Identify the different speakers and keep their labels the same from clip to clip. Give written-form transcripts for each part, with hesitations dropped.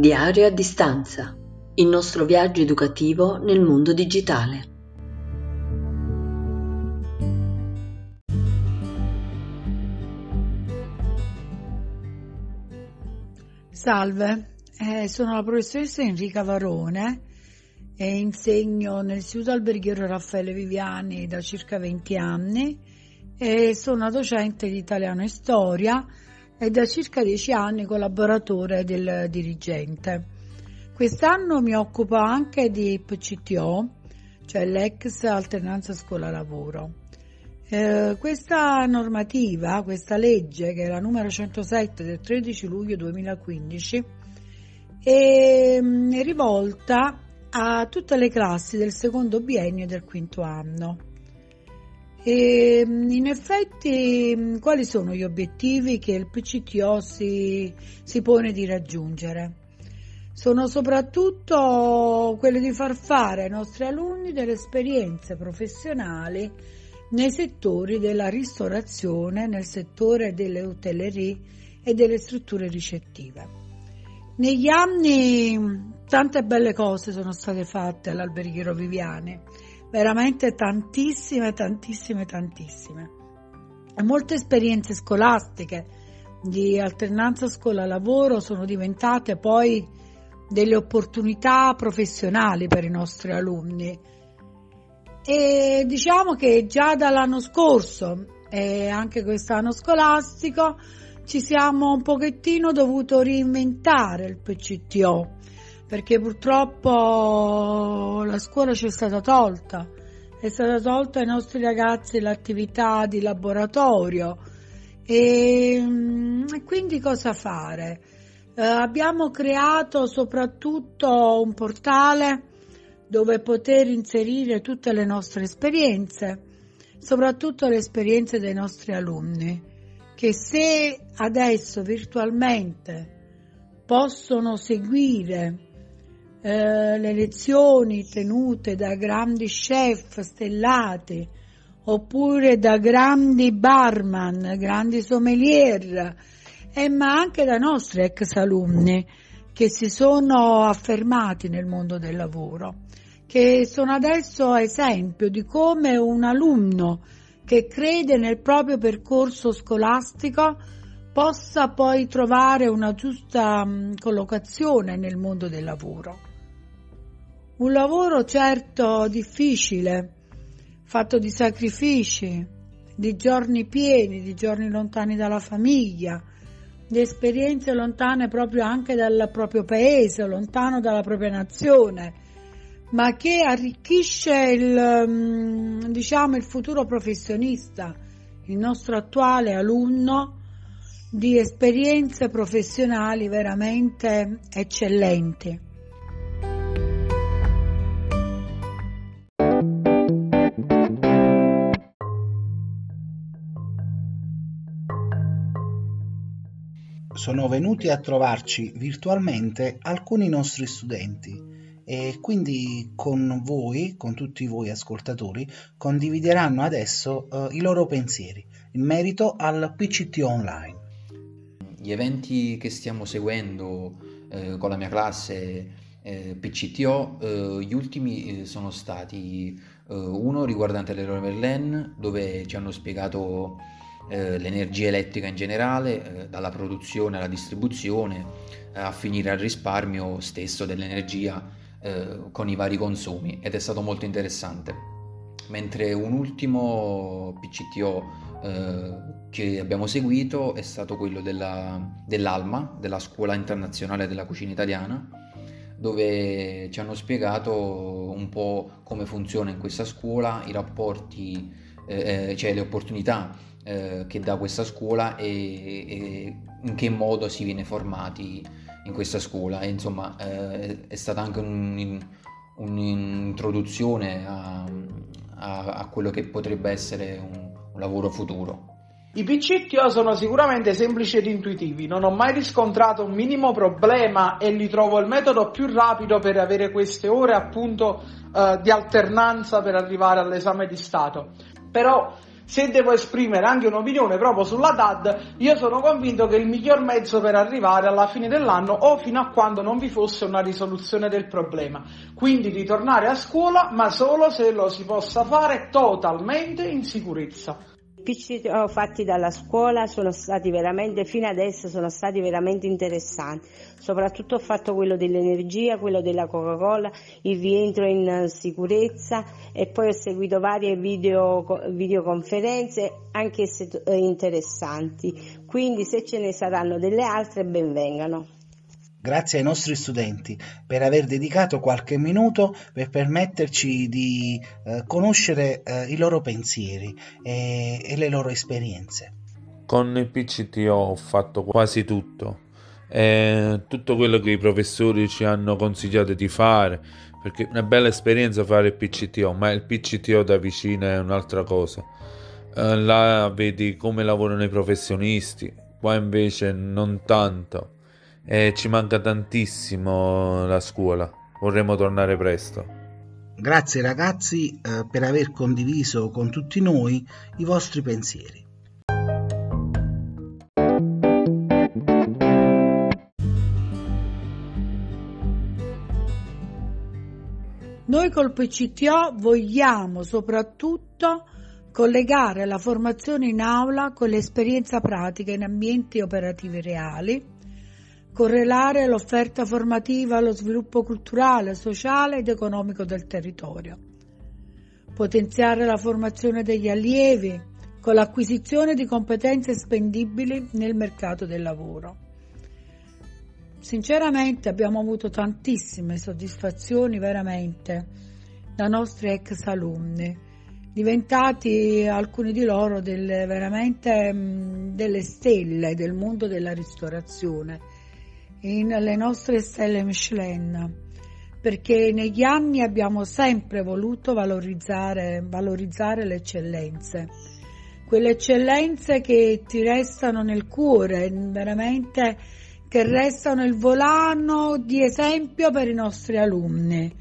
Speaker 1: Diario a distanza, il nostro viaggio educativo nel mondo digitale.
Speaker 2: Salve, sono la professoressa Enrica Varone e insegno nell'Istituto Alberghiero Raffaele Viviani da circa 20 anni e sono docente di italiano e storia e da circa 10 anni collaboratore del dirigente. Quest'anno mi occupo anche di PCTO, cioè l'ex alternanza scuola-lavoro. Questa normativa, questa legge, che è la numero 107 del 13 luglio 2015, è rivolta a tutte le classi del secondo biennio e del quinto anno. E in effetti, quali sono gli obiettivi che il PCTO si pone di raggiungere? Sono soprattutto quelli di far fare ai nostri alunni delle esperienze professionali nei settori della ristorazione, nel settore delle hotellerie e delle strutture ricettive. Negli anni tante belle cose sono state fatte all'Alberghiero Viviani, veramente tantissime. E molte esperienze scolastiche di alternanza scuola-lavoro sono diventate poi delle opportunità professionali per i nostri alunni. E diciamo che già dall'anno scorso e anche quest'anno scolastico ci siamo un pochettino dovuto reinventare il PCTO, perché purtroppo la scuola ci è stata tolta ai nostri ragazzi l'attività di laboratorio e quindi cosa fare? Abbiamo creato soprattutto un portale dove poter inserire tutte le nostre esperienze, soprattutto le esperienze dei nostri alunni, che se adesso virtualmente possono seguire le lezioni tenute da grandi chef stellati, oppure da grandi barman, grandi sommelier, ma anche da nostri ex alunni che si sono affermati nel mondo del lavoro, che sono adesso esempio di come un alunno che crede nel proprio percorso scolastico possa poi trovare una giusta collocazione nel mondo del lavoro. Un lavoro certo difficile, fatto di sacrifici, di giorni pieni, di giorni lontani dalla famiglia, di esperienze lontane proprio anche dal proprio paese, lontano dalla propria nazione, ma che arricchisce il futuro professionista, il nostro attuale alunno, di esperienze professionali veramente eccellenti.
Speaker 3: Sono venuti a trovarci virtualmente alcuni nostri studenti e quindi con voi, con tutti voi ascoltatori, condivideranno adesso i loro pensieri in merito al PCTO online.
Speaker 4: Gli eventi che stiamo seguendo con la mia classe PCTO, gli ultimi sono stati uno riguardante l'Leroy Merlin, dove ci hanno spiegato l'energia elettrica in generale, dalla produzione alla distribuzione, a finire al risparmio stesso dell'energia con i vari consumi, ed è stato molto interessante. Mentre un ultimo PCTO che abbiamo seguito è stato quello dell'ALMA, della Scuola Internazionale della Cucina Italiana, dove ci hanno spiegato un po' come funziona in questa scuola, i rapporti, cioè le opportunità che dà questa scuola e in che modo si viene formati in questa scuola. E insomma è stata anche un'introduzione a quello che potrebbe essere un lavoro futuro.
Speaker 5: I PCTO sono sicuramente semplici ed intuitivi, non ho mai riscontrato un minimo problema e li trovo il metodo più rapido per avere queste ore appunto di alternanza per arrivare all'esame di Stato. Però Se devo esprimere anche un'opinione proprio sulla DAD, io sono convinto che il miglior mezzo per arrivare alla fine dell'anno o fino a quando non vi fosse una risoluzione del problema. Quindi ritornare a scuola, ma solo se lo si possa fare totalmente in sicurezza.
Speaker 6: I PCTO fatti dalla scuola sono stati veramente, fino adesso sono stati veramente interessanti, soprattutto ho fatto quello dell'energia, quello della Coca-Cola, il rientro in sicurezza, e poi ho seguito varie videoconferenze anche se interessanti, quindi se ce ne saranno delle altre ben vengano.
Speaker 3: Grazie ai nostri studenti per aver dedicato qualche minuto per permetterci di conoscere i loro pensieri e le loro esperienze.
Speaker 7: Con il PCTO ho fatto quasi tutto, tutto quello che i professori ci hanno consigliato di fare, perché è una bella esperienza fare il PCTO, ma il PCTO da vicino è un'altra cosa. Là vedi come lavorano i professionisti, qua invece non tanto. E ci manca tantissimo la scuola, vorremmo tornare presto.
Speaker 3: Grazie ragazzi per aver condiviso con tutti noi i vostri pensieri.
Speaker 2: Noi col PCTO vogliamo soprattutto collegare la formazione in aula con l'esperienza pratica in ambienti operativi reali, correlare l'offerta formativa allo sviluppo culturale, sociale ed economico del territorio, potenziare la formazione degli allievi con l'acquisizione di competenze spendibili nel mercato del lavoro. Sinceramente abbiamo avuto tantissime soddisfazioni veramente da nostri ex alunni, diventati alcuni di loro delle stelle del mondo della ristorazione, nelle nostre stelle Michelin, perché negli anni abbiamo sempre voluto valorizzare le eccellenze, quelle eccellenze che ti restano nel cuore, veramente, che restano il volano di esempio per i nostri alunni,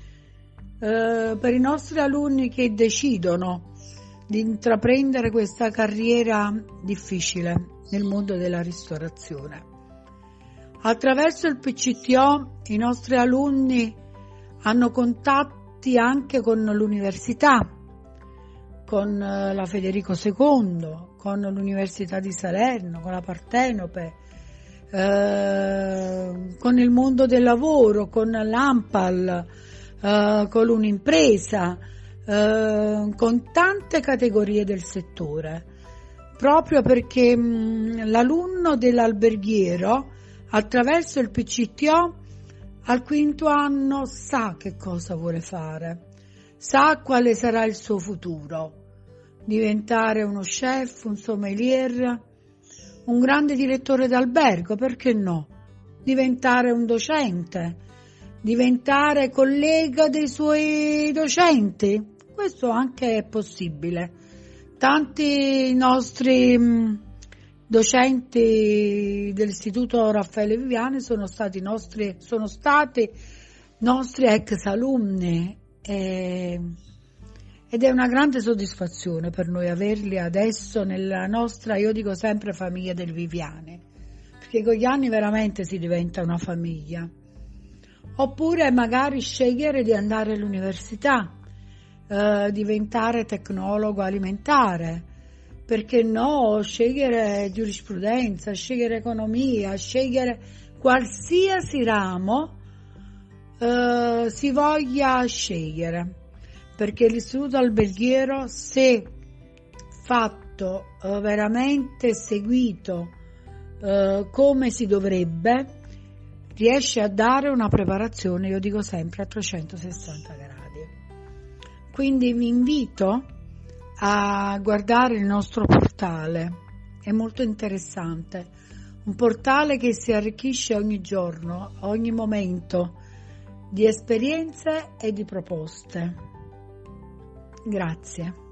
Speaker 2: che decidono di intraprendere questa carriera difficile nel mondo della ristorazione. Attraverso il PCTO i nostri alunni hanno contatti anche con l'università, con la Federico II, con l'Università di Salerno, con la Partenope, con il mondo del lavoro, con l'ANPAL, con l'Unimpresa, con tante categorie del settore, proprio perché l'alunno dell'alberghiero attraverso il PCTO al quinto anno sa che cosa vuole fare, sa quale sarà il suo futuro, diventare uno chef, un sommelier, un grande direttore d'albergo, perché no? Diventare un docente, diventare collega dei suoi docenti, questo anche è possibile. Tanti nostri docenti dell'Istituto Raffaele Viviani sono stati nostri ex alunni ed è una grande soddisfazione per noi averli adesso nella nostra, io dico sempre, famiglia del Viviani, perché con gli anni veramente si diventa una famiglia. Oppure magari scegliere di andare all'università, diventare tecnologo alimentare, perché no, scegliere giurisprudenza, scegliere economia, scegliere qualsiasi ramo si voglia scegliere, perché l'istituto alberghiero, se fatto veramente seguito come si dovrebbe, riesce a dare una preparazione, io dico sempre, a 360 gradi. Quindi vi invito a guardare il nostro portale, è molto interessante, un portale che si arricchisce ogni giorno, ogni momento, di esperienze e di proposte. Grazie.